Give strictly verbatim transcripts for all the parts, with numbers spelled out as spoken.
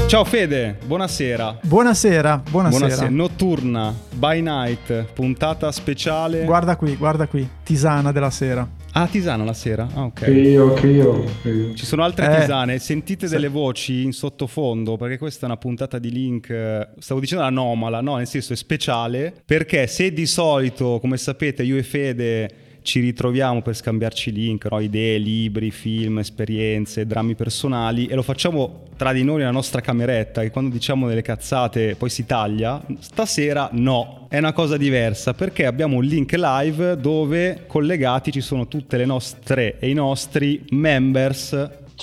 Ciao Fede, buonasera. Buonasera, buonasera. Buonasera. Notturna, by night, puntata speciale. Guarda qui, guarda qui, tisana della sera. Ah, tisana la sera? Ah, ok. Che io, che io, che io. Ci sono altre Eh, tisane, sentite sì. delle voci in sottofondo, perché questa è una puntata di Link, eh, stavo dicendo anomala, no, nel senso è speciale, perché se di solito, come sapete, io e Fede ci ritroviamo per scambiarci link, no? Idee, libri, film, esperienze, drammi personali, e lo facciamo tra di noi nella nostra cameretta, che quando diciamo delle cazzate poi si taglia. Stasera no, è una cosa diversa, perché abbiamo un link live dove collegati ci sono tutte le nostre e i nostri members.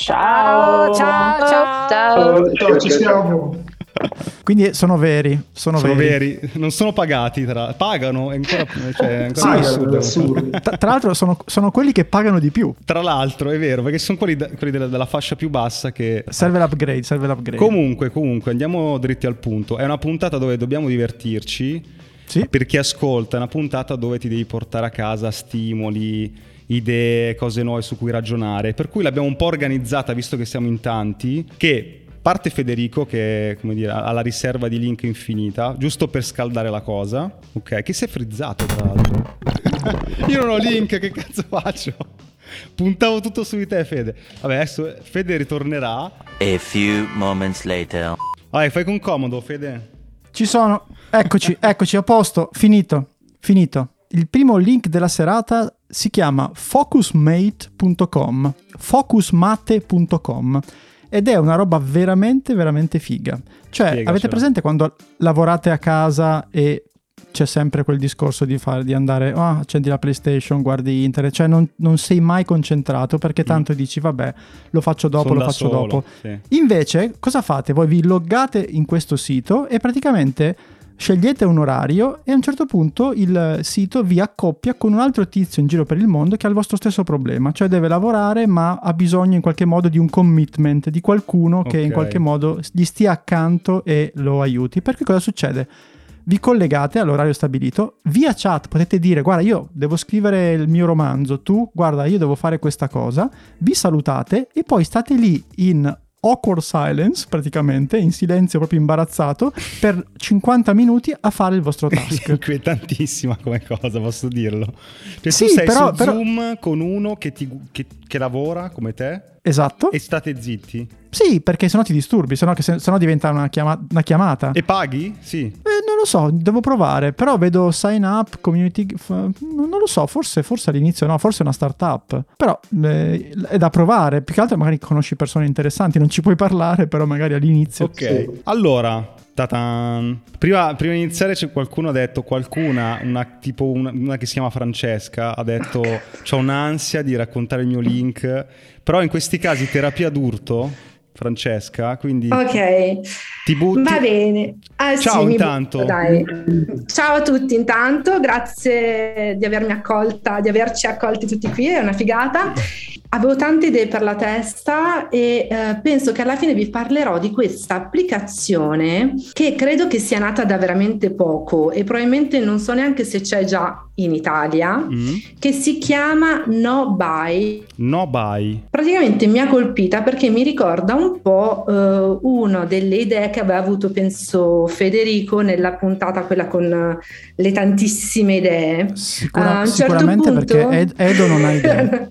Ciao, ciao, ciao. Ciao, ciao, ci siamo. Quindi sono veri, sono, Sono veri. veri, non sono pagati, tra... pagano, è ancora, cioè, è ancora Sì, più assurdo. è assurdo. Tra, tra l'altro sono, sono quelli che pagano di più. Tra l'altro è vero, perché sono quelli, da- quelli della, della fascia più bassa che... Serve l'upgrade, serve l'upgrade. Comunque, comunque, andiamo dritti al punto. È una puntata dove dobbiamo divertirci. Sì. Per chi ascolta, è una puntata dove ti devi portare a casa stimoli, idee, cose nuove su cui ragionare. Per cui l'abbiamo un po' organizzata, visto che siamo in tanti, che... parte Federico che, come dire, ha la riserva di link infinita, giusto per scaldare la cosa. Ok, che si è frizzato tra l'altro. Io non ho link, che cazzo faccio? Puntavo tutto su di te, Fede. Vabbè, adesso Fede ritornerà. A few moments later. Vai, fai con comodo, Fede. Ci sono, eccoci, eccoci, a posto, finito, finito. Il primo link della serata si chiama focusmate punto com, focusmate punto com. Ed è una roba veramente, veramente figa. Cioè, Spiegacelo. avete presente quando lavorate a casa e c'è sempre quel discorso di fare, di andare, ah, accendi la PlayStation, guardi internet, cioè non, non sei mai concentrato perché tanto dici, vabbè, lo faccio dopo, Sono lo da faccio solo, dopo. sì. Invece, cosa fate? Voi vi loggate in questo sito e praticamente scegliete un orario e a un certo punto il sito vi accoppia con un altro tizio in giro per il mondo che ha il vostro stesso problema, cioè deve lavorare ma ha bisogno in qualche modo di un commitment, di qualcuno che Ok. in qualche modo gli stia accanto e lo aiuti. Per cui cosa succede? Vi collegate all'orario stabilito, via chat potete dire guarda io devo scrivere il mio romanzo, tu guarda io devo fare questa cosa, vi salutate e poi state lì in awkward silence, praticamente in silenzio proprio imbarazzato per cinquanta minuti a fare il vostro task. Inquietantissima come cosa, posso dirlo. Cioè, Sì, tu sei però- su però- Zoom con uno che, ti, che, che lavora come te Esatto. e state zitti. Sì, perché sennò ti disturbi, sennò, che se, sennò diventa una, chiama- una chiamata. E paghi? Sì. Eh, non lo so, devo provare, però vedo sign up, community, f- non lo so, forse, forse all'inizio no, forse è una startup, però eh, è da provare, più che altro magari conosci persone interessanti, non ci puoi parlare, però magari all'inizio. Ok, Sì. allora, ta-tan. Prima, prima di iniziare c'è qualcuno ha detto, qualcuna, una, tipo una, una che si chiama Francesca, ha detto c'ho un'ansia di raccontare il mio link, però in questi casi terapia d'urto, Francesca, quindi Ok, ti butti. va bene. Ah, Ciao, sì, mi intanto. butto, dai. Ciao a tutti intanto, grazie di avermi accolta, di averci accolti tutti qui, è una figata. Avevo tante idee per la testa e eh, penso che alla fine vi parlerò di questa applicazione che credo che sia nata da veramente poco e probabilmente non so neanche se c'è già in Italia, Mm. che si chiama No Buy. No buy. Praticamente mi ha colpita perché mi ricorda un po' eh, una delle idee che aveva avuto, penso, Federico nella puntata quella con eh, le tantissime idee. Sicura- A un certo sicuramente punto- perché Ed- Edo non ha idee.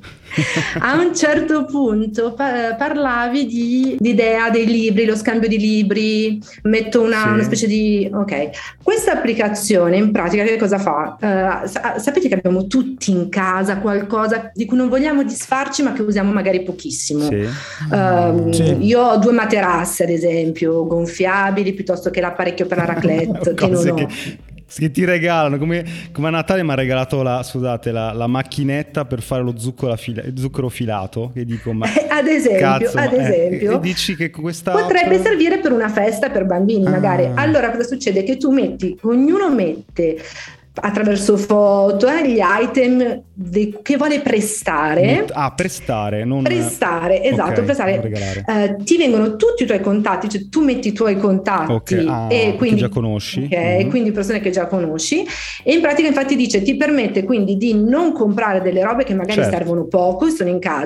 A un certo punto pa- parlavi di, di idea dei libri, lo scambio di libri, metto una, Sì. una specie di... Ok, questa applicazione in pratica che cosa fa? Eh, sa- sapete che abbiamo tutti in casa qualcosa di cui non vogliamo disfarci ma che usiamo magari pochissimo. Sì. Ehm, Sì. Io ho due materassi ad esempio, gonfiabili piuttosto che l'apparecchio per la raclette che non Cose ho. che, che ti regalano, come, come a Natale mi ha regalato la, scusate, la, la macchinetta per fare lo zucchero, fila- zucchero filato, e dico ma Ad esempio, cazzo, ad ma- eh, esempio, e dici che questa potrebbe app- servire per una festa per bambini magari. Ah. Allora cosa succede? Che tu metti, ognuno mette attraverso foto eh, gli item de- che vuole prestare. ah prestare non Prestare, esatto, ok, prestare. non regalare. Eh, ti vengono tutti i tuoi contatti, cioè tu metti i tuoi contatti Ok, ah, e che quindi già conosci. ok, Mhm. quindi persone che già conosci, e in pratica infatti dice ti permette quindi di non comprare delle robe che magari Certo. servono poco e sono in casa.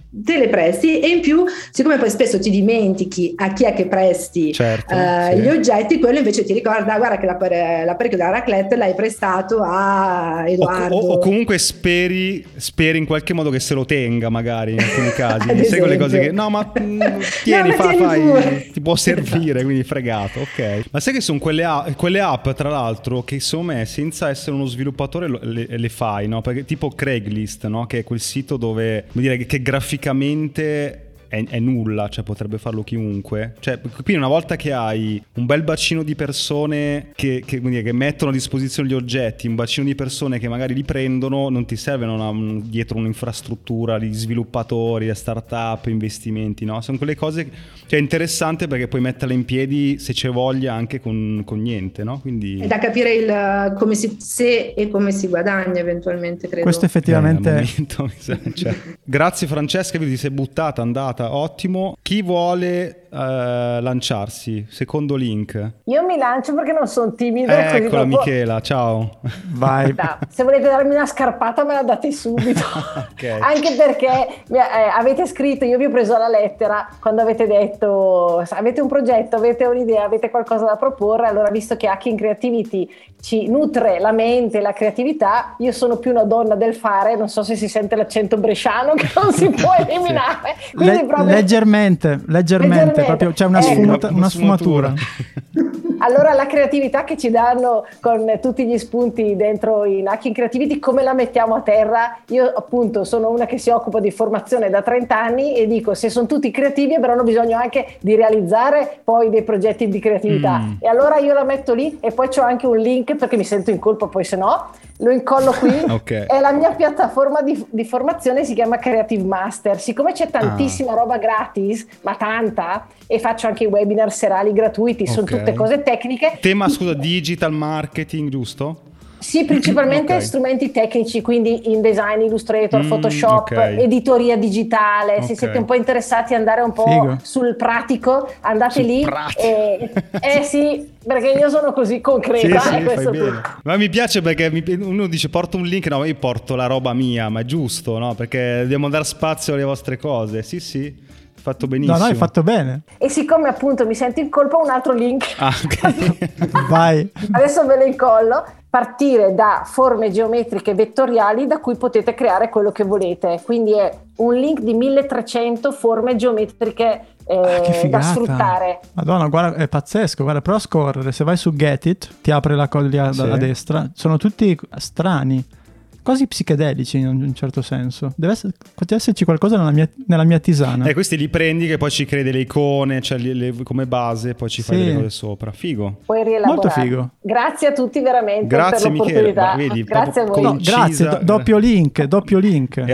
te le presti, e in più, siccome poi spesso ti dimentichi a chi è che presti certo, eh, sì. gli oggetti, quello invece ti ricorda, guarda che l'appare- l'apparecchio della raclette l'hai prestato a Edoardo. O, o, o comunque speri, speri in qualche modo che se lo tenga, magari in alcuni casi. Ad Sai quelle cose che esempio. no, ma mh, tieni, No, ma fa, tieni fai, pure. ti può servire, quindi fregato, ok. Ma sai che sono quelle, a- quelle app, tra l'altro, che secondo me senza essere uno sviluppatore lo- le, le fai, no? Perché tipo Craigslist, no? Che è quel sito dove, come dire, che graficamente È, è nulla, cioè potrebbe farlo chiunque. Cioè, quindi una volta che hai un bel bacino di persone che, che, quindi, che mettono a disposizione gli oggetti, un bacino di persone che magari li prendono, non ti serve una, un, dietro un'infrastruttura di sviluppatori, start-up, investimenti, no? Sono quelle cose che cioè, è interessante perché puoi metterle in piedi se c'è voglia anche con, con niente, no? Quindi È da capire il, come si, se e come si guadagna eventualmente, credo. Questo effettivamente... Eh, al momento, mi sa, cioè. Grazie Francesca, ti sei buttata, andata, ottimo. Chi vuole uh, lanciarsi? Secondo link. Io mi lancio perché non sono timido. Eh, così eccola dopo... Michela, ciao. Vai. No, se volete darmi una scarpata me la date subito. Okay. Anche perché eh, avete scritto, io vi ho preso la lettera quando avete detto avete un progetto, avete un'idea, avete qualcosa da proporre. Allora, visto che Hacking Creativity ci nutre la mente e la creatività, io sono più una donna del fare, non so se si sente l'accento bresciano che non si può eliminare. Quindi Le- proprio... leggermente, leggermente, Leggermente. proprio c'è una, Eh, sfumata- una una sfumatura. Allora la creatività che ci danno con tutti gli spunti dentro in Hacking Creativity, come la mettiamo a terra? Io appunto sono una che si occupa di formazione da trenta anni e dico, se sono tutti creativi avranno bisogno anche di realizzare poi dei progetti di creatività. Mm. E allora io la metto lì e poi c'ho anche un link perché mi sento in colpa, poi se no lo incollo qui. Ok. È la mia piattaforma di, di formazione, si chiama Creative Master. Siccome c'è tantissima roba gratis, ma tanta, e faccio anche i webinar serali gratuiti, sono Ok. tutte cose tecniche. Tema, scusa, digital marketing, giusto? Sì, principalmente Ok. strumenti tecnici, quindi InDesign, Illustrator, Mm, Photoshop, ok. editoria digitale. Se Ok. siete un po' interessati ad andare un po' Figo. sul pratico, andate Sul lì. pratico. E, eh sì, perché io sono così Sì, concreta. sì, e questo fai bene. tutto. Ma mi piace perché mi- uno dice porto un link, no, io porto la roba mia, ma è giusto, no? Perché dobbiamo dare spazio alle vostre cose. Sì, sì, fatto benissimo. No, no, hai fatto bene. E siccome appunto mi sento in colpa, un altro link. Ah, ok. Vai. Adesso ve lo incollo. Partire da forme geometriche vettoriali da cui potete creare quello che volete. Quindi è un link di milletrecento forme geometriche eh, Ah, che da figata. sfruttare. Madonna, guarda, è pazzesco. Guarda, prova a scorrere. Se vai su Get It, ti apre la cosa lì a, Sì. a destra. Sono tutti strani, quasi psichedelici in un certo senso. Deve, essere, deve esserci qualcosa nella mia, nella mia tisana. E questi li prendi che poi ci crei delle icone, cioè li- le- come base, poi ci fai Sì. delle cose sopra. Figo. Puoi rielaborare. Molto figo. Grazie a tutti veramente Grazie, per Michele. l'opportunità. Ma vedi, Grazie a voi. proprio No, grazie, incisa- do- doppio link, doppio link. E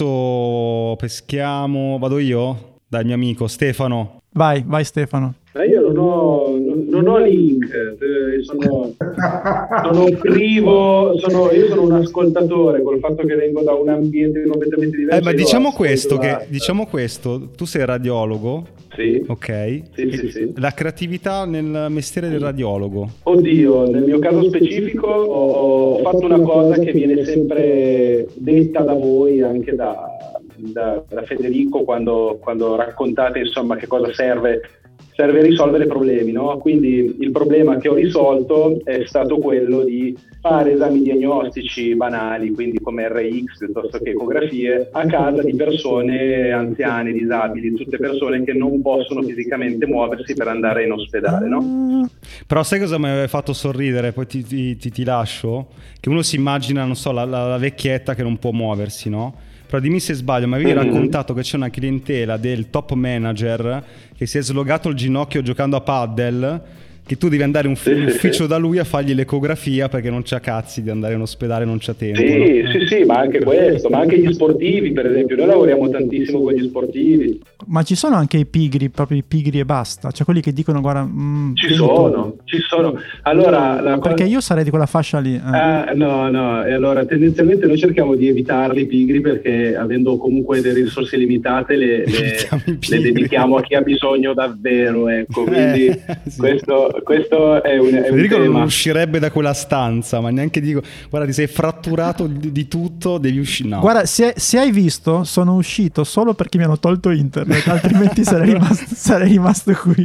adesso peschiamo, vado io, dal mio amico Stefano. Vai, vai Stefano. Ma io non ho, non ho link, eh, sono, sono privo, sono, io sono un ascoltatore col fatto che vengo da un ambiente completamente diverso. Eh, ma io diciamo ascolto questo, che, basta. diciamo questo, tu sei radiologo, Sì. ok? Sì, sì, sì. La creatività nel mestiere del radiologo. Oddio, nel mio caso specifico ho, ho fatto una cosa che viene sempre detta da voi, anche da, da, da Federico, quando, quando raccontate insomma che cosa serve. Serve risolvere problemi, no? Quindi il problema che ho risolto è stato quello di fare esami diagnostici banali, quindi come R X piuttosto che ecografie, a casa di persone anziane, disabili, tutte persone che non possono fisicamente muoversi per andare in ospedale, no? Però sai cosa mi aveva fatto sorridere? Poi ti, ti, ti, ti lascio. Che uno si immagina, non so, la, la, la vecchietta che non può muoversi, no? Però dimmi se sbaglio, ma avevi Mm-hmm. raccontato che c'è una clientela del top manager che si è slogato il ginocchio giocando a paddle, che tu devi andare in un Sì, sì, ufficio sì. da lui a fargli l'ecografia perché non c'ha cazzi di andare in ospedale, non c'ha tempo. Sì, no? sì, sì, ma anche questo, ma anche gli sportivi, per esempio, noi lavoriamo tantissimo con gli sportivi. Ma ci sono anche i pigri, proprio i pigri e basta. Cioè quelli che dicono, guarda, mm, Ci vieni sono, tu. ci sono. Allora, la Perché cosa- io sarei di quella fascia lì. eh. Ah, no, no, e allora tendenzialmente noi cerchiamo di evitarli i pigri perché avendo comunque delle risorse limitate le, le, Evitiamo i le pigri. dedichiamo a chi ha bisogno davvero, ecco, quindi Eh, sì. questo, questo è un, è un Federico tema. non uscirebbe da quella stanza, ma neanche dico, guarda, ti sei fratturato di, di tutto, devi uscire. No. Guarda, se, se hai visto, sono uscito solo perché mi hanno tolto internet, altrimenti sarei rimasto, sarei rimasto qui.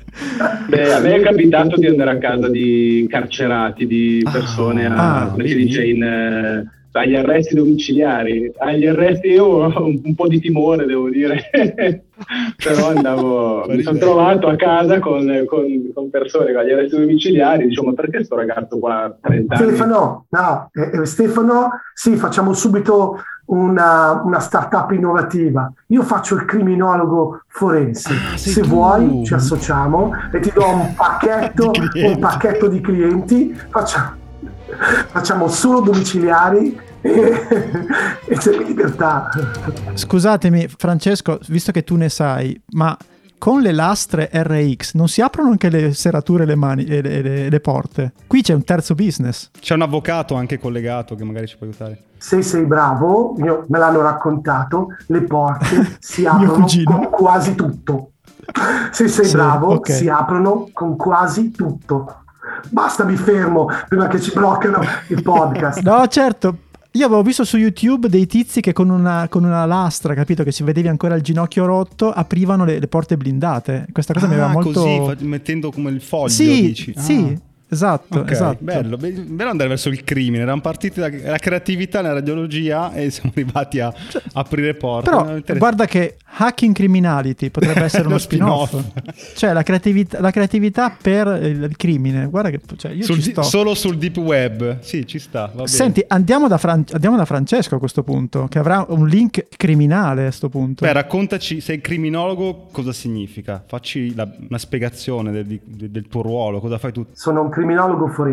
Beh, a me è capitato di andare a casa di incarcerati, di persone ah, a, come si vedi? dice, in, eh, agli arresti domiciliari. Agli arresti io ho un, un po' di timore, devo dire, però andavo, mi sono trovato a casa con, con, con persone con gli arresti domiciliari, dicevo, ma perché sto ragazzo qua a trenta anni? Stefano, no, eh, Stefano, sì, facciamo subito una, una startup innovativa. Io faccio il criminologo forense. Ah, se tu. vuoi ci associamo e ti do un pacchetto, un pacchetto di clienti. Facciamo, facciamo solo domiciliari e, e c'è libertà. Scusatemi, Francesco, visto che tu ne sai, ma con le lastre R X non si aprono anche le serrature, le mani e le, le, le porte? Qui c'è un terzo business. C'è un avvocato anche collegato che magari ci può aiutare. Se sei bravo, io, me l'hanno raccontato, le porte si Mio aprono cugino. con quasi tutto. Se sei Sì, bravo, ok. si aprono con quasi tutto. Basta, mi fermo prima che ci bloccano il podcast. No, certo. Io avevo visto su YouTube dei tizi che con una, con una lastra, capito, che si vedevi ancora il ginocchio rotto, aprivano le, le porte blindate. Questa cosa mi aveva Ah, molto... così, fa- mettendo come il foglio, Sì, dici. Ah. sì, esatto, Ok, esatto. bello, be- bello andare verso il crimine. Erano partiti dalla creatività nella radiologia e siamo arrivati a aprire porte. Però No, interessante. guarda che Hacking Criminality potrebbe essere uno Lo spin-off. spin-off. Cioè la creatività, la creatività per il, il crimine. Guarda che cioè, io Sul ci di- sto. solo sul deep web. Sì, ci sta. Va bene. Senti, andiamo da, Fran- andiamo da Francesco a questo punto, che avrà un link criminale a questo punto. Beh, raccontaci, sei criminologo, cosa significa? Facci la- una spiegazione del, di- del tuo ruolo, cosa fai tu? Sono un criminologo forense.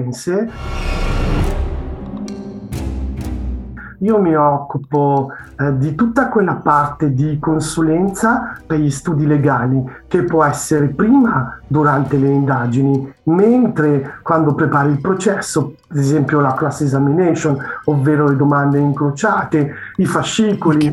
Io mi occupo eh, di tutta quella parte di consulenza per gli studi legali, che può essere prima durante le indagini, mentre quando prepari il processo, ad esempio la cross examination, ovvero le domande incrociate, i fascicoli.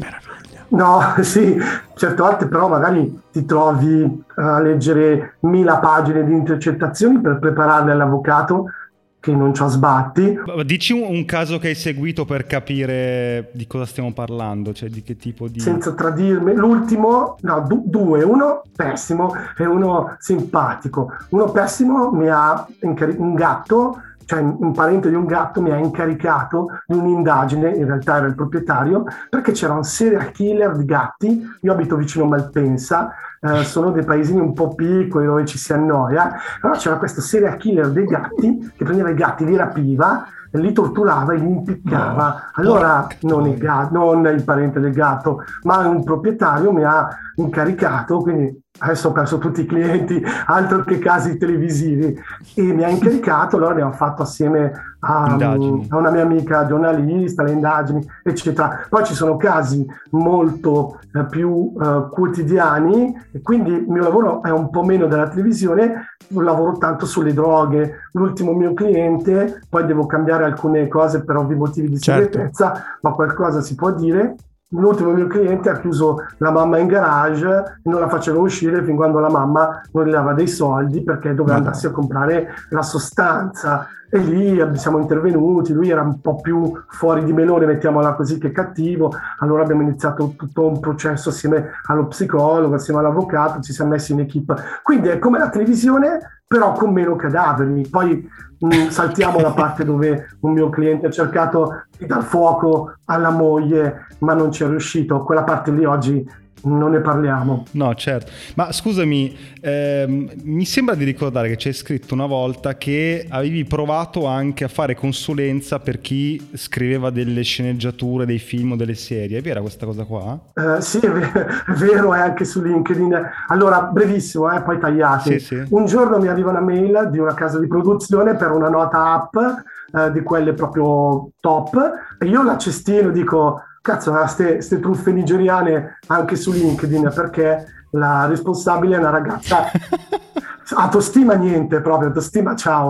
No, sì, certe volte però magari ti trovi a leggere mila pagine di intercettazioni per prepararle all'avvocato che non c'ha sbatti. Dici un, un caso che hai seguito per capire di cosa stiamo parlando, cioè di che tipo di... Senza tradirmi, l'ultimo, no, du- due, uno pessimo e uno simpatico. Uno pessimo mi ha incari- un gatto, cioè un parente di un gatto mi ha incaricato di un'indagine, in realtà era il proprietario, perché c'era un serial killer di gatti. Io abito vicino a Malpensa, eh, sono dei paesini un po' piccoli dove ci si annoia, però c'era questo serial killer dei gatti che prendeva i gatti, li rapiva, li torturava e li impiccava. No, allora non il, porca gatto, non il parente del gatto, ma un proprietario mi ha incaricato, quindi adesso ho perso tutti i clienti, altro che casi televisivi, e mi ha incaricato, allora abbiamo fatto assieme a, a una mia amica giornalista le indagini, eccetera. Poi ci sono casi molto eh, più eh, quotidiani, e quindi il mio lavoro è un po' meno della televisione, lavoro tanto sulle droghe. L'ultimo mio cliente, poi devo cambiare alcune cose per ovvi motivi di segretezza, certo, ma qualcosa si può dire. L'ultimo mio cliente ha chiuso la mamma in garage e non la faceva uscire fin quando la mamma non le dava dei soldi perché doveva Madonna. andarsi a comprare la sostanza, e lì siamo intervenuti. Lui era un po' più fuori di melone, mettiamola così, che cattivo. Allora abbiamo iniziato tutto un processo assieme allo psicologo, assieme all'avvocato, ci siamo messi in equipe. Quindi è come la televisione, però con meno cadaveri. Poi mh, saltiamo la parte dove un mio cliente ha cercato di dar fuoco alla moglie ma non ci è riuscito. Quella parte lì oggi non ne parliamo. No, certo. Ma scusami, ehm, mi sembra di ricordare che c'è scritto una volta che avevi provato anche a fare consulenza per chi scriveva delle sceneggiature, dei film o delle serie. È vera questa cosa qua? Eh, sì, è, ver- è vero, è anche su LinkedIn. Allora, brevissimo, eh, poi tagliati. Sì, sì. Un giorno mi arriva una mail di una casa di produzione per una nota app, eh, di quelle proprio top, e io la cestino e dico: cazzo, ste, ste truffe nigeriane anche su LinkedIn, perché la responsabile è una ragazza autostima niente, proprio autostima ciao.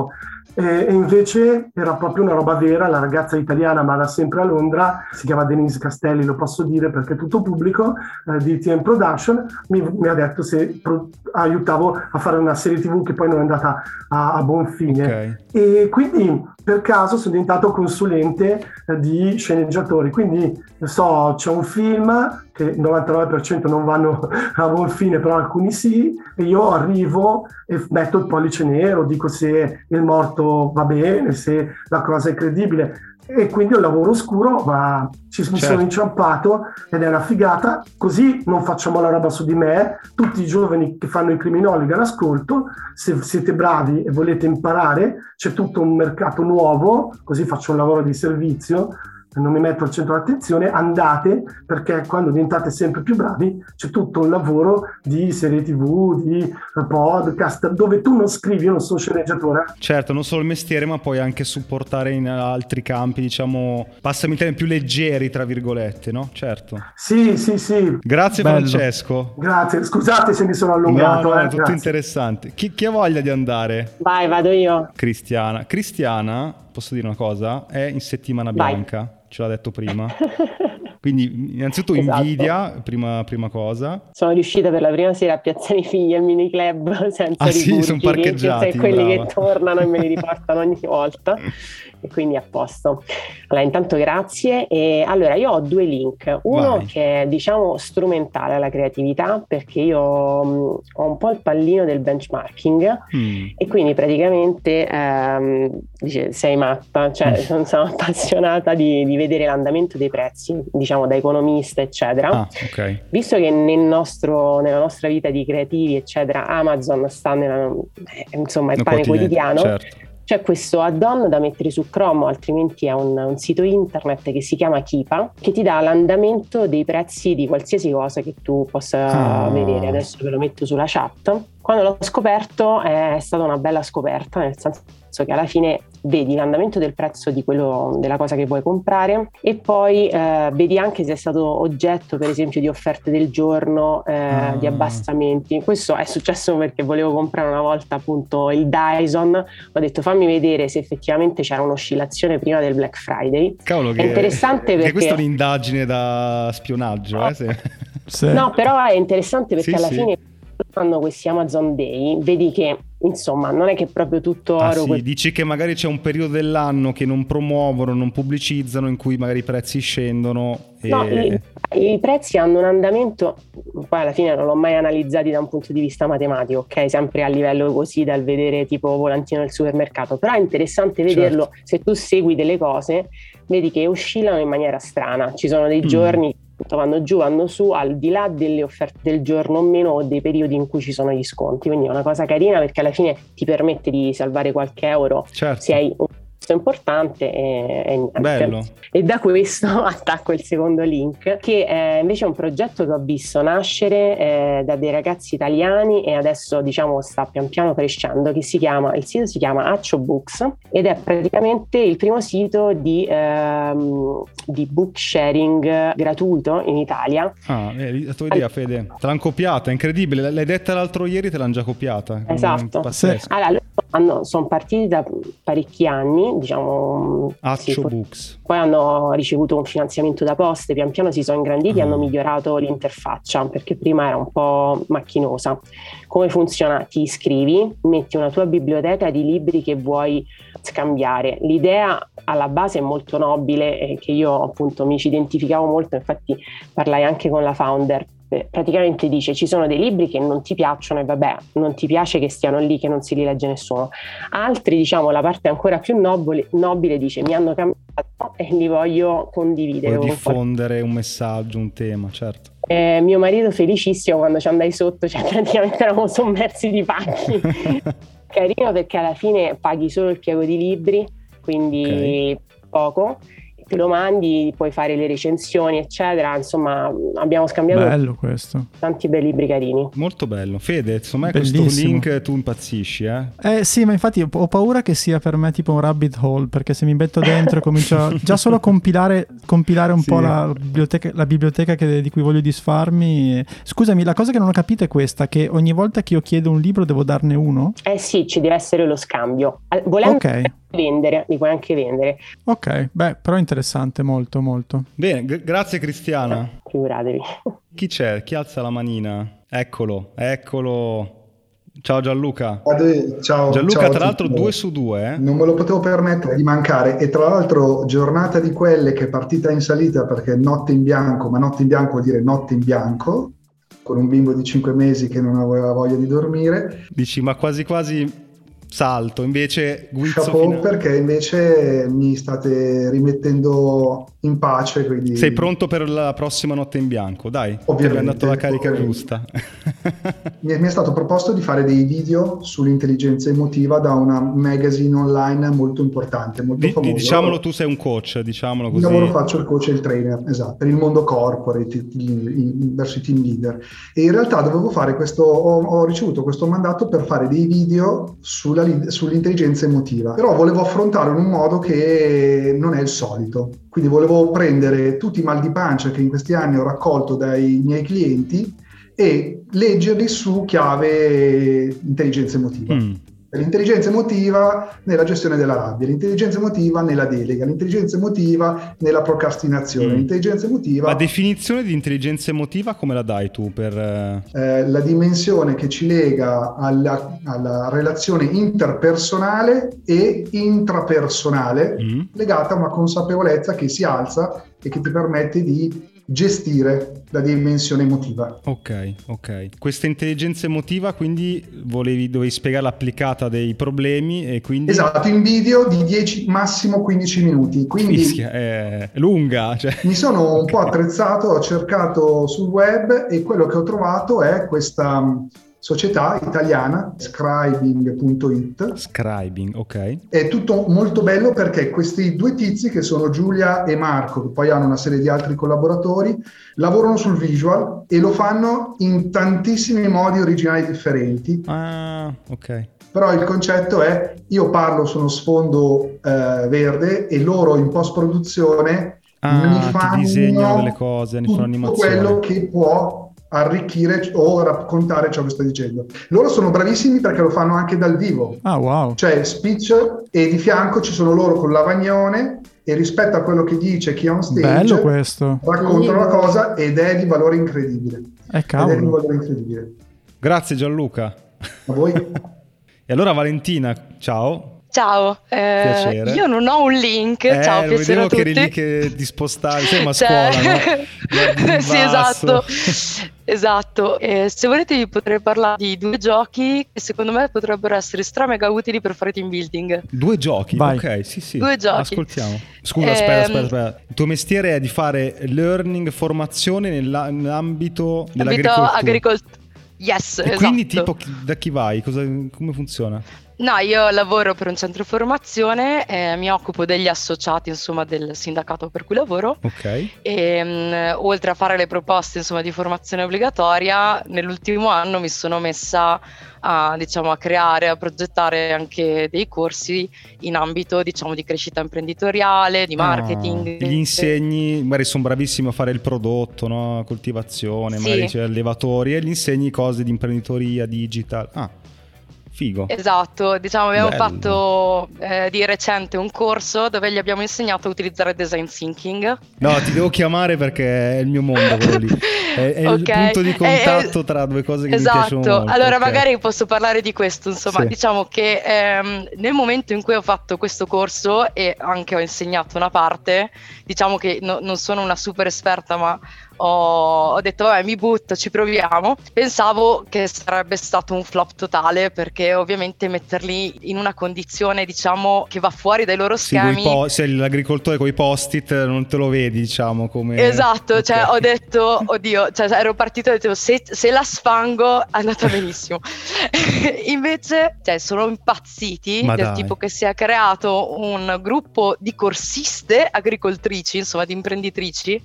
E, e invece era proprio una roba vera, la ragazza italiana ma da sempre a Londra, si chiama Denise Castelli, lo posso dire perché è tutto pubblico, eh, di T M Production, mi, mi ha detto se pro, aiutavo a fare una serie tivù che poi non è andata a, a buon fine. Okay. E quindi per caso sono diventato consulente eh, di sceneggiatori, quindi so, c'è un film che il novantanove per cento non vanno a buon fine, però alcuni sì, e io arrivo e metto il pollice nero, dico se il morto va bene, se la cosa è credibile, e quindi è un lavoro oscuro, ma ci mi Certo. sono inciampato ed è una figata. Così non facciamo la roba su di me, tutti i giovani che fanno i criminologi all'ascolto, se siete bravi e volete imparare, c'è tutto un mercato nuovo, così faccio un lavoro di servizio, non mi metto al centro dell'attenzione, andate, perché quando diventate sempre più bravi c'è tutto un lavoro di serie tivù, di podcast, dove tu non scrivi, io non sono sceneggiatore. Certo, non solo il mestiere, ma poi anche supportare in altri campi, diciamo, passami il termine, più leggeri, tra virgolette, no? Certo. Sì, sì, sì. Grazie Bello. Francesco. Grazie, scusate se mi sono No, allungato. no, eh, è tutto grazie. interessante. Chi, chi ha voglia di andare? Vai, vado io. Cristiana. Cristiana, posso dire una cosa? È in settimana Vai. bianca, ce l'ha detto prima. Quindi innanzitutto Esatto. invidia, prima, prima cosa. Sono riuscita per la prima sera a piazzare i figli al mini club senza Ah, sì, rigurgiti, sono parcheggiati, che quelli brava. che tornano e me li riportano ogni volta, e quindi a posto. Allora, intanto grazie. E allora io ho due link, uno Vai. che è diciamo strumentale alla creatività, perché io mh, ho un po' il pallino del benchmarking. Mm. E quindi praticamente ehm, dice sei matta, cioè sono, sono appassionata di, di vedere l'andamento dei prezzi, diciamo da economista eccetera. Ah, ok. Visto che nel nostro, nella nostra vita di creativi eccetera Amazon sta nella, eh, insomma il No, pane quotidiano, certo. c'è questo add-on da mettere su Chrome, altrimenti è un, un sito internet che si chiama Kipa, che ti dà l'andamento dei prezzi di qualsiasi cosa che tu possa Ah. vedere. Adesso ve lo metto sulla chat. Quando l'ho scoperto è stata una bella scoperta, nel senso che alla fine vedi l'andamento del prezzo di quello, della cosa che vuoi comprare, e poi eh, vedi anche se è stato oggetto per esempio di offerte del giorno, eh, Ah. di abbassamenti. Questo è successo perché volevo comprare una volta appunto il Dyson, ho detto fammi vedere se effettivamente c'era un'oscillazione prima del Black Friday. Cavolo, che È interessante che perché questa è un'indagine da spionaggio, eh? se- Sì. no, però è interessante perché Sì, alla sì. fine fanno questi Amazon Day, vedi che insomma non è che proprio tutto Ah, oro. sì, quel- dici che magari c'è un periodo dell'anno che non promuovono, non pubblicizzano, in cui magari i prezzi scendono e... No, i, i prezzi hanno un andamento, poi alla fine non l'ho mai analizzati da un punto di vista matematico, ok? Sempre a livello così dal vedere tipo volantino del supermercato, però è interessante vederlo. Certo. Se tu segui delle cose, vedi che oscillano in maniera strana, ci sono dei Mm. giorni che vanno giù, vanno su, al di là delle offerte del giorno o meno, o dei periodi in cui ci sono gli sconti, quindi è una cosa carina perché alla fine ti permette di salvare qualche euro Certo. se hai un questo è importante e, e niente. Bello. E da questo attacco il secondo link, che è invece un progetto che ho visto nascere eh, da dei ragazzi italiani e adesso diciamo sta pian piano crescendo, che si chiama, il sito si chiama Accio Books ed è praticamente il primo sito di, ehm, di book sharing gratuito in Italia. Ah, eh, la tua idea, Fede, te l'hanno copiata, è incredibile, l'hai detta l'altro ieri, te l'hanno già copiata. Esatto. Pazzesco. Allora, loro hanno, sono partiti da parecchi anni, diciamo. Accio sì, Books. Poi hanno ricevuto un finanziamento da Poste, pian piano si sono ingranditi e Ah. hanno migliorato l'interfaccia perché prima era un po' macchinosa. Come funziona? Ti iscrivi, metti una tua biblioteca di libri che vuoi scambiare. L'idea alla base è molto nobile e che io appunto mi ci identificavo molto, infatti parlai anche con la founder. Praticamente dice ci sono dei libri che non ti piacciono e vabbè, non ti piace che stiano lì, che non si li legge nessuno. Altri, diciamo, la parte ancora più nobile, nobile dice mi hanno cambiato e li voglio condividere. Vuoi con diffondere un messaggio, un tema, certo. eh, mio marito felicissimo quando ci andai sotto, cioè praticamente eravamo sommersi di pacchi. Carino perché alla fine paghi solo il piego di libri, quindi Ok. poco. te lo mandi, puoi fare le recensioni eccetera, insomma abbiamo scambiato bello questo. tanti bei libri carini. Molto bello. Fede, insomma questo Bellissimo. link tu impazzisci, eh? Eh sì, ma infatti ho paura che sia per me tipo un rabbit hole, perché se mi metto dentro e comincio a, già solo a compilare, compilare un Sì. po' la biblioteca, la biblioteca che, di cui voglio disfarmi. Scusami, la cosa che non ho capito è questa, che ogni volta che io chiedo un libro devo darne uno? Eh sì, ci deve essere lo scambio. Al- Volendo Ok. vendere, li puoi anche vendere. Ok, beh, però interessante, molto, molto. Bene, g- grazie Cristiana. Figuratevi. Chi c'è? Chi alza la manina? Eccolo, eccolo. Ciao Gianluca. Ciao, Gianluca, ciao a tra l'altro tutti. due su due, eh? Non me lo potevo permettere di mancare, e tra l'altro giornata di quelle che è partita in salita, perché notte in bianco, ma notte in bianco vuol dire notte in bianco, con un bimbo di cinque mesi che non aveva voglia di dormire. Dici, ma quasi quasi salto, invece guizzo Chapeau, finale. perché invece mi state rimettendo in pace, quindi Sei pronto per la prossima notte in bianco? Dai, ti Ovviamente, abbiamo dato la carica ovviamente. giusta. mi è, mi è stato proposto di fare dei video sull'intelligenza emotiva da una magazine online molto importante, molto Di- di- famosa. diciamolo, tu sei un coach, diciamolo Io così. lavoro, faccio il coach e il trainer, esatto, per il mondo corporate, in- in- verso i team leader. E in realtà dovevo fare questo, ho, ho ricevuto questo mandato per fare dei video sulla, li- sull'intelligenza emotiva, però volevo affrontarlo in un modo che non è il solito. Quindi volevo prendere tutti i mal di pancia che in questi anni ho raccolto dai miei clienti e leggerli su chiave intelligenza emotiva. Mm. L'intelligenza emotiva nella gestione della rabbia, l'intelligenza emotiva nella delega, l'intelligenza emotiva nella procrastinazione, Mm. l'intelligenza emotiva, La definizione di intelligenza emotiva come la dai tu per... eh, eh, la dimensione che ci lega alla, alla relazione interpersonale e intrapersonale, mm? legata a una consapevolezza che si alza e che ti permette di gestire la dimensione emotiva. Ok, ok. Questa intelligenza emotiva quindi volevi, dovevi spiegarla applicata a dei problemi e quindi... Esatto, in video di dieci, massimo quindici minuti. Quindi Fischia, è lunga, cioè. mi sono un Ok. po' attrezzato, ho cercato sul web e quello che ho trovato è questa mh, società italiana, scribing punto it. Scribing, ok. È tutto molto bello perché questi due tizi, che sono Giulia e Marco, che poi hanno una serie di altri collaboratori, lavorano sul visual e lo fanno in tantissimi modi originali differenti. Ah, ok. Però il concetto è: io parlo su uno sfondo eh, verde e loro in post-produzione Ah, mi ti fanno disegnano delle cose, ne fanno tutto animazioni. quello che può arricchire o raccontare ciò che sto dicendo. Loro sono bravissimi perché lo fanno anche dal vivo, Ah, wow. cioè speech, e di fianco ci sono loro con l'avagnone e rispetto a quello che dice chi è on stage Bello questo. raccontano la cosa ed è di valore incredibile. Eh, Ed è di cavolo. valore incredibile. Grazie Gianluca. A voi? E allora Valentina, ciao. Ciao, eh, Piacere. io non ho un link, Eh, ciao, lo piacere vedevo a che tutti. eri lì che ti spostavi, sei ma Cioè, scuola, no? Guardi in sì, basso. esatto, esatto. Eh, se volete vi potrei parlare di due giochi che secondo me potrebbero essere stra mega utili per fare team building. Due giochi, Vai. ok, sì sì. Due giochi. Ascoltiamo. Scusa, Ehm, aspetta, aspetta, aspetta. Il tuo mestiere è di fare learning, formazione nella- nell'ambito Ambito dell'agricoltura. agricol- Yes, E esatto. quindi tipo chi- da chi vai? Cosa- come funziona? No, io lavoro per un centro formazione, eh, mi occupo degli associati, insomma, del sindacato per cui lavoro. Ok. E mh, oltre a fare le proposte, insomma, di formazione obbligatoria, nell'ultimo anno mi sono messa a, diciamo, a creare, a progettare anche dei corsi in ambito, diciamo, di crescita imprenditoriale, di marketing. Ah, gli insegni, magari sono bravissimi a fare il prodotto, no? Coltivazione, Sì. magari c'è allevatori e gli insegni cose di imprenditoria, digital. Ah, figo. Esatto, diciamo abbiamo Bello. fatto eh, di recente un corso dove gli abbiamo insegnato a utilizzare design thinking. No, ti devo chiamare perché è il mio mondo quello lì. È, è il Ok. punto di Eh, contatto eh, tra due cose che esatto. mi piacciono molto. Allora ok. magari posso parlare di questo, insomma, Sì. diciamo che ehm, nel momento in cui ho fatto questo corso e anche ho insegnato una parte, diciamo che no- non sono una super esperta, ma ho, ho detto vabbè, mi butto, ci proviamo. Pensavo che sarebbe stato un flop totale, perché ovviamente metterli in una condizione, diciamo, che va fuori dai loro schemi. Sì, po- se l'agricoltore con i post-it non te lo vedi, diciamo, come... Esatto, okay. Cioè ho detto, oddio, cioè ero partito e ho detto se, se la sfango è andata benissimo. Invece, cioè, sono impazziti. Ma del dai. tipo che si è creato un gruppo di corsiste agricoltrici, insomma di imprenditrici,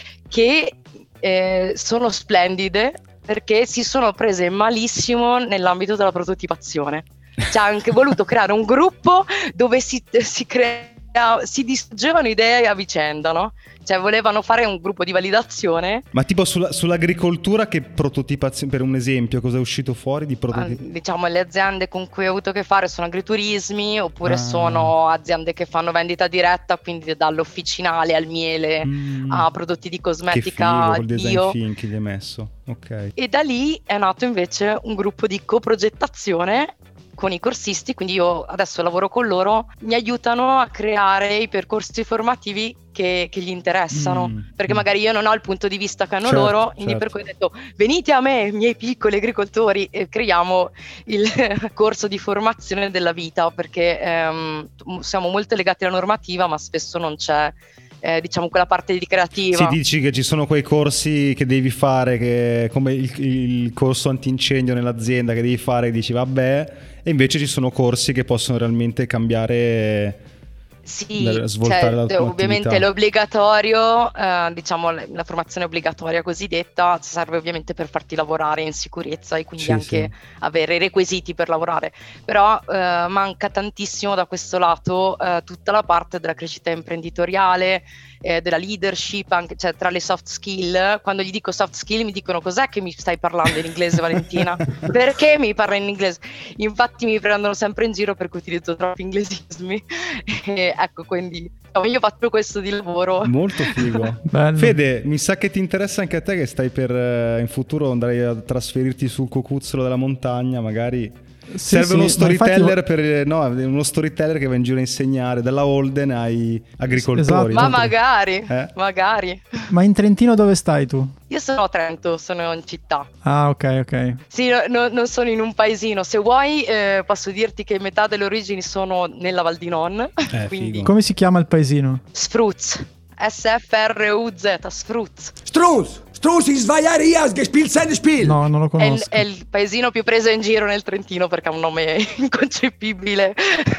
che eh, sono splendide, perché si sono prese malissimo nell'ambito della prototipazione. Cioè ha anche voluto creare un gruppo dove si, si crea si distruggevano idee a vicenda, no? Cioè volevano fare un gruppo di validazione. Ma tipo sulla, sull'agricoltura, che prototipazione, per un esempio, cosa è uscito fuori di prototipo? Diciamo le aziende con cui ho avuto a che fare sono agriturismi, oppure ah. sono aziende che fanno vendita diretta, quindi dall'officinale al miele mm. a prodotti di cosmetica che figo, col bio. design thinking gli hai messo. Ok. E da lì è nato invece un gruppo di coprogettazione con i corsisti, quindi io adesso lavoro con loro, mi aiutano a creare i percorsi formativi che, che gli interessano, mm, perché mm. magari io non ho il punto di vista che hanno certo, loro, quindi certo. per cui ho detto venite a me, miei piccoli agricoltori, e creiamo il corso di formazione della vita, perché ehm, siamo molto legati alla normativa, ma spesso non c'è Eh, diciamo quella parte di creativa. Sì, dici che ci sono quei corsi che devi fare, che come il, il corso antincendio nell'azienda che devi fare, dici vabbè, e invece ci sono corsi che possono realmente cambiare, sì, svoltare cioè, ovviamente l'obbligatorio, eh, diciamo la formazione obbligatoria cosiddetta serve ovviamente per farti lavorare in sicurezza e quindi sì, anche sì. avere i requisiti per lavorare, però eh, manca tantissimo da questo lato eh, tutta la parte della crescita imprenditoriale, eh, della leadership, anche, cioè tra le soft skill. Quando gli dico soft skill mi dicono cos'è che mi stai parlando in inglese, Valentina? Perché mi parla in inglese? Infatti mi prendono sempre in giro perché utilizzo troppi inglesismi. E, ecco, quindi io faccio questo di lavoro. Molto figo. Fede, mi sa che ti interessa anche a te, che stai per eh, in futuro andare a trasferirti sul cocuzzolo della montagna, magari. Sì, serve sì, uno storyteller infatti... per no, uno storyteller che va in giro a insegnare dalla Holden ai agricoltori. Esatto. Ma magari, eh? magari. Ma in Trentino dove stai tu? Io sono a Trento, sono in città. Ah, ok, ok. Sì, no, no, non sono in un paesino. Se vuoi eh, posso dirti che metà delle origini sono nella Val di Non. Eh, quindi... Come si chiama il paesino? Sfruz. S F R U Z, Sfruz. Struz! Struz in zwei Jahre hier gespielt sein Spiel! No, non lo conosco. È il, è il paesino più preso in giro nel Trentino perché ha un nome inconcepibile.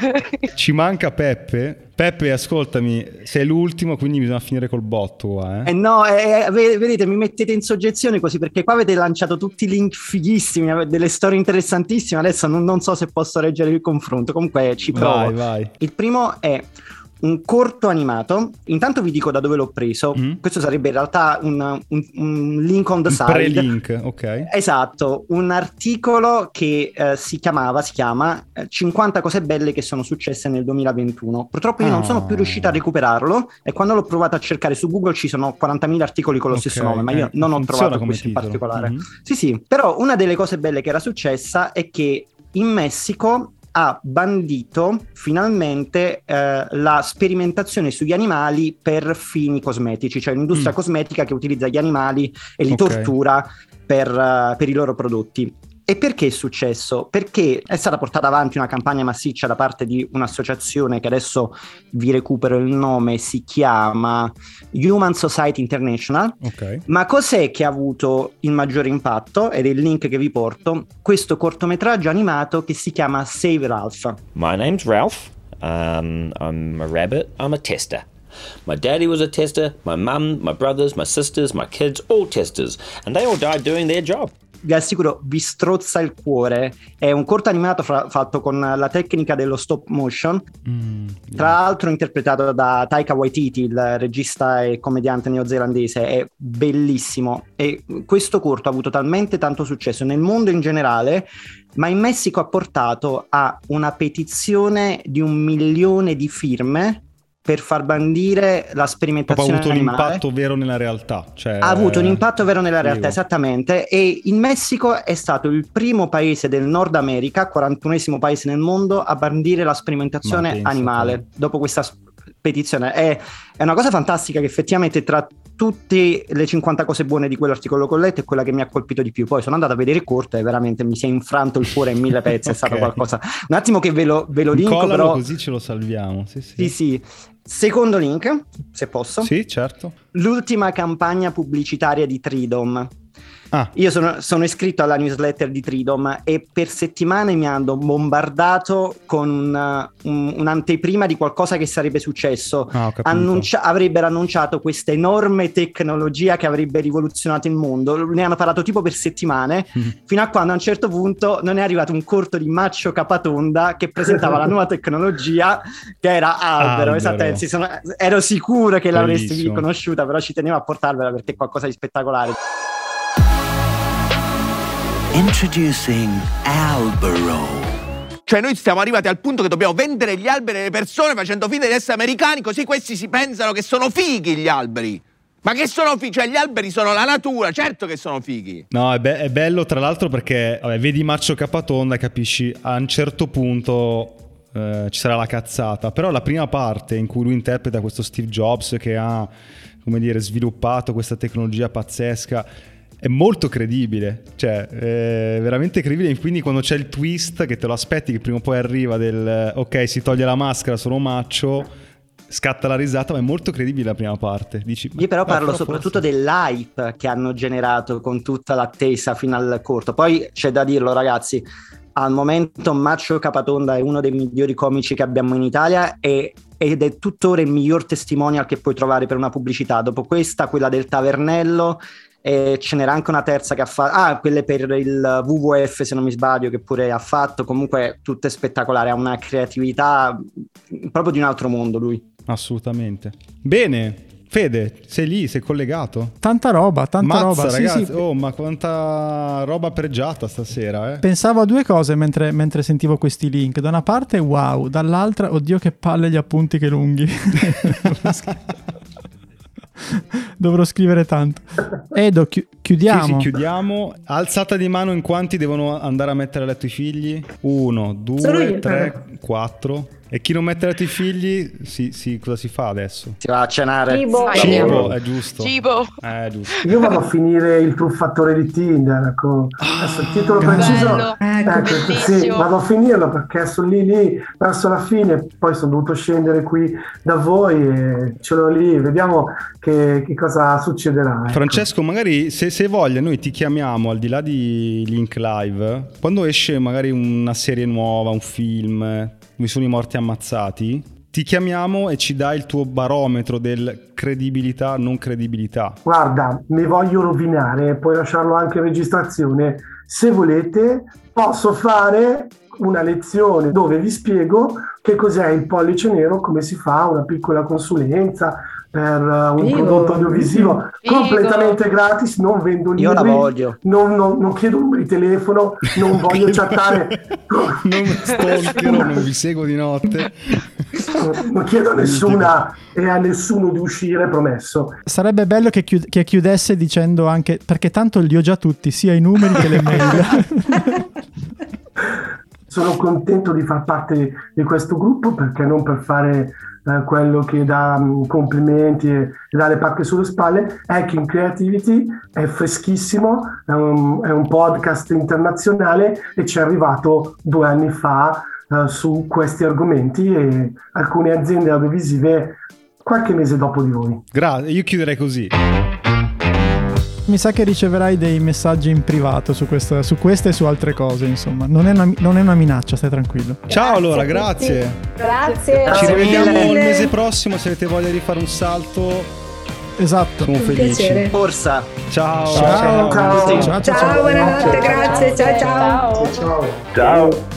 Ci manca Peppe. Peppe, ascoltami, sei l'ultimo, quindi bisogna finire col botto qua, eh? Eh no, eh, vedete, mi mettete in soggezione così, perché qua avete lanciato tutti i link fighissimi, delle storie interessantissime. Adesso non, non so se posso reggere il confronto, comunque ci provo. Vai, vai. Il primo è un corto animato. Intanto vi dico da dove l'ho preso. Mm. Questo sarebbe in realtà un, un, un link on the un side. Pre-link, ok. Esatto, un articolo che eh, si chiamava, si chiama eh, cinquanta cose belle che sono successe nel duemilaventuno. Purtroppo io oh. non sono più riuscito a recuperarlo, e quando l'ho provato a cercare su Google ci sono quarantamila articoli con lo okay. stesso nome, ma io eh, non ho trovato questo in particolare. Mm-hmm. Sì, sì, però una delle cose belle che era successa è che in Messico ha bandito finalmente eh, la sperimentazione sugli animali per fini cosmetici, cioè l'industria mm. cosmetica che utilizza gli animali e li okay. tortura per, uh, per i loro prodotti. E perché è successo? Perché è stata portata avanti una campagna massiccia da parte di un'associazione che adesso vi recupero il nome, si chiama Human Society International. Okay. Ma cos'è che ha avuto il maggiore impatto? Ed è il link che vi porto, questo cortometraggio animato che si chiama Save Ralph. My name's Ralph. Um, I'm a rabbit. I'm a tester. My daddy was a tester, my mum, my brothers, my sisters, my kids, all testers, and they all died doing their job. Vi assicuro, vi strozza il cuore. È un corto animato fra- fatto con la tecnica dello stop motion, mm, yeah. tra l'altro interpretato da Taika Waititi, il regista e commediante neozelandese. È bellissimo, e questo corto ha avuto talmente tanto successo nel mondo in generale, ma in Messico ha portato a una petizione di un milione di firme per far bandire la sperimentazione animale. Ha avuto animale. un impatto vero nella realtà. Cioè... Ha avuto un impatto vero nella realtà, Dico. esattamente. E il Messico è stato il primo paese del Nord America, quarantunesimo paese nel mondo, a bandire la sperimentazione animale. Dopo questa petizione è, è una cosa fantastica che effettivamente tra tutte le cinquanta cose buone di quell'articolo che ho letto è quella che mi ha colpito di più. Poi sono andato a vedere il corto e veramente mi si è infranto il cuore in mille pezzi. È stato Ok. qualcosa. Un attimo che ve lo, ve lo linko, Incollalo però. così ce lo salviamo. Sì, sì. Sì, sì. Secondo link, se posso. Sì, certo. L'ultima campagna pubblicitaria di Tridom. Ah. Io sono, sono iscritto alla newsletter di Tridom e per settimane mi hanno bombardato con una- un- un'anteprima di qualcosa che sarebbe successo. Ah, ho capito. Annuncia- avrebbero annunciato questa enorme tecnologia che avrebbe rivoluzionato il mondo. Ne hanno parlato tipo per settimane, fino a quando a un certo punto non è arrivato un corto di Maccio Capatonda che presentava la nuova tecnologia, che era Albero. Albero. Esattamente, sì, sono- ero sicuro che l'avresti Bellissimo. conosciuta, però ci tenevo a portarvela perché è qualcosa di spettacolare. Introducing Albero. Cioè noi siamo arrivati al punto che dobbiamo vendere gli alberi alle persone facendo finta di essere americani, così questi si pensano che sono fighi gli alberi. Ma che sono fighi? Cioè gli alberi sono la natura, certo che sono fighi. No, è, be- è bello tra l'altro perché vabbè, vedi Maccio Capatonda e capisci a un certo punto eh, ci sarà la cazzata. Però la prima parte in cui lui interpreta questo Steve Jobs che ha, come dire, sviluppato questa tecnologia pazzesca è molto credibile, cioè è veramente credibile. E quindi quando c'è il twist che te lo aspetti che prima o poi arriva del ok, si toglie la maschera, sono Maccio, scatta la risata, ma è molto credibile la prima parte. Dici, Io però ma parlo forse- soprattutto dell'hype che hanno generato con tutta l'attesa fino al corto. Poi c'è da dirlo, ragazzi, al momento Maccio Capatonda è uno dei migliori comici che abbiamo in Italia e, ed è tuttora il miglior testimonial che puoi trovare per una pubblicità. Dopo questa, quella del Tavernello, e ce n'era anche una terza che ha fatto, ah, quelle per il W W F se non mi sbaglio, che pure ha fatto. Comunque tutto è spettacolare, ha una creatività proprio di un altro mondo lui. Assolutamente. Bene, Fede, sei lì, sei collegato? Tanta roba, tanta Mazza, roba. Sì, ragazzi, sì. oh, ma quanta roba pregiata stasera, eh. Pensavo a due cose mentre, mentre sentivo questi link. Da una parte, wow, dall'altra, oddio che palle gli appunti che lunghi. Dovrò scrivere tanto. Edo, chi- chiudiamo. Sì, sì, chiudiamo. Alzata di mano in quanti devono andare a mettere a letto i figli? Uno, Solo due, io, tre, quattro. E chi non mette a letto i figli, si, si- cosa si fa adesso? Si va a cenare. Cibo. Cibo, è giusto. Cibo. Eh, giusto. Io vado a finire il truffatore di Tinder, ecco. Adesso il titolo bello. preciso, Ecco, ecco, sì, bellissimo. vado a finirlo perché sono lì lì verso la fine, poi sono dovuto scendere qui da voi e ce l'ho lì, vediamo che, che cosa succederà. ecco. Francesco, magari se, se voglia noi ti chiamiamo al di là di Link Live, quando esce magari una serie nuova, un film, dove sono i morti ammazzati, ti chiamiamo e ci dai il tuo barometro del credibilità, non credibilità. Guarda, mi voglio rovinare, puoi lasciarlo anche in registrazione. Se volete, posso fare una lezione dove vi spiego che cos'è il pollice nero, come si fa una piccola consulenza per uh, un Figo. prodotto audiovisivo Figo. completamente gratis. Non vendo libri, Io la voglio. Non, non, non chiedo numeri di telefono, non voglio chattare, Non stalkerò, non vi seguo di notte. non chiedo a nessuna e a nessuno di uscire, promesso. Sarebbe bello che, chiud- che chiudesse dicendo anche, perché tanto li ho già tutti, sia i numeri che le mail. Sono contento di far parte di questo gruppo, perché non per fare eh, quello che dà mh, complimenti e, e dà le pacche sulle spalle. Hacking Creativity è freschissimo, è un, è un podcast internazionale e ci è arrivato due anni fa eh, su questi argomenti, e alcune aziende audiovisive qualche mese dopo di voi. Grazie, io chiuderei così. Mi sa che riceverai dei messaggi in privato su, questa, su queste e su altre cose, insomma. Non è una, non è una minaccia, stai tranquillo. Ciao allora, grazie. Grazie. Ci rivediamo mille. il mese prossimo, se avete voglia di fare un salto. Esatto. Siamo felici. piacere. Forza. Ciao. Ciao. Ciao. Ciao, Ciao, buonanotte, grazie, ciao ciao. Ciao. Ciao.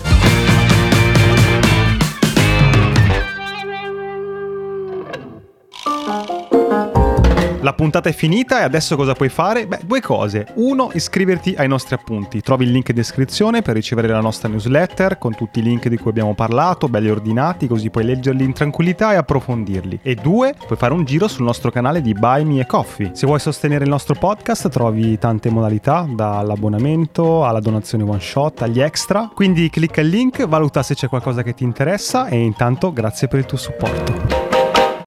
La puntata è finita e adesso cosa puoi fare? Beh, due cose. Uno, iscriverti ai nostri appunti. Trovi il link in descrizione per ricevere la nostra newsletter con tutti i link di cui abbiamo parlato, belli ordinati, così puoi leggerli in tranquillità e approfondirli. E due, puoi fare un giro sul nostro canale di Buy Me a Coffee. Se vuoi sostenere il nostro podcast trovi tante modalità, dall'abbonamento alla donazione one shot agli extra. Quindi clicca il link, valuta se c'è qualcosa che ti interessa e intanto grazie per il tuo supporto.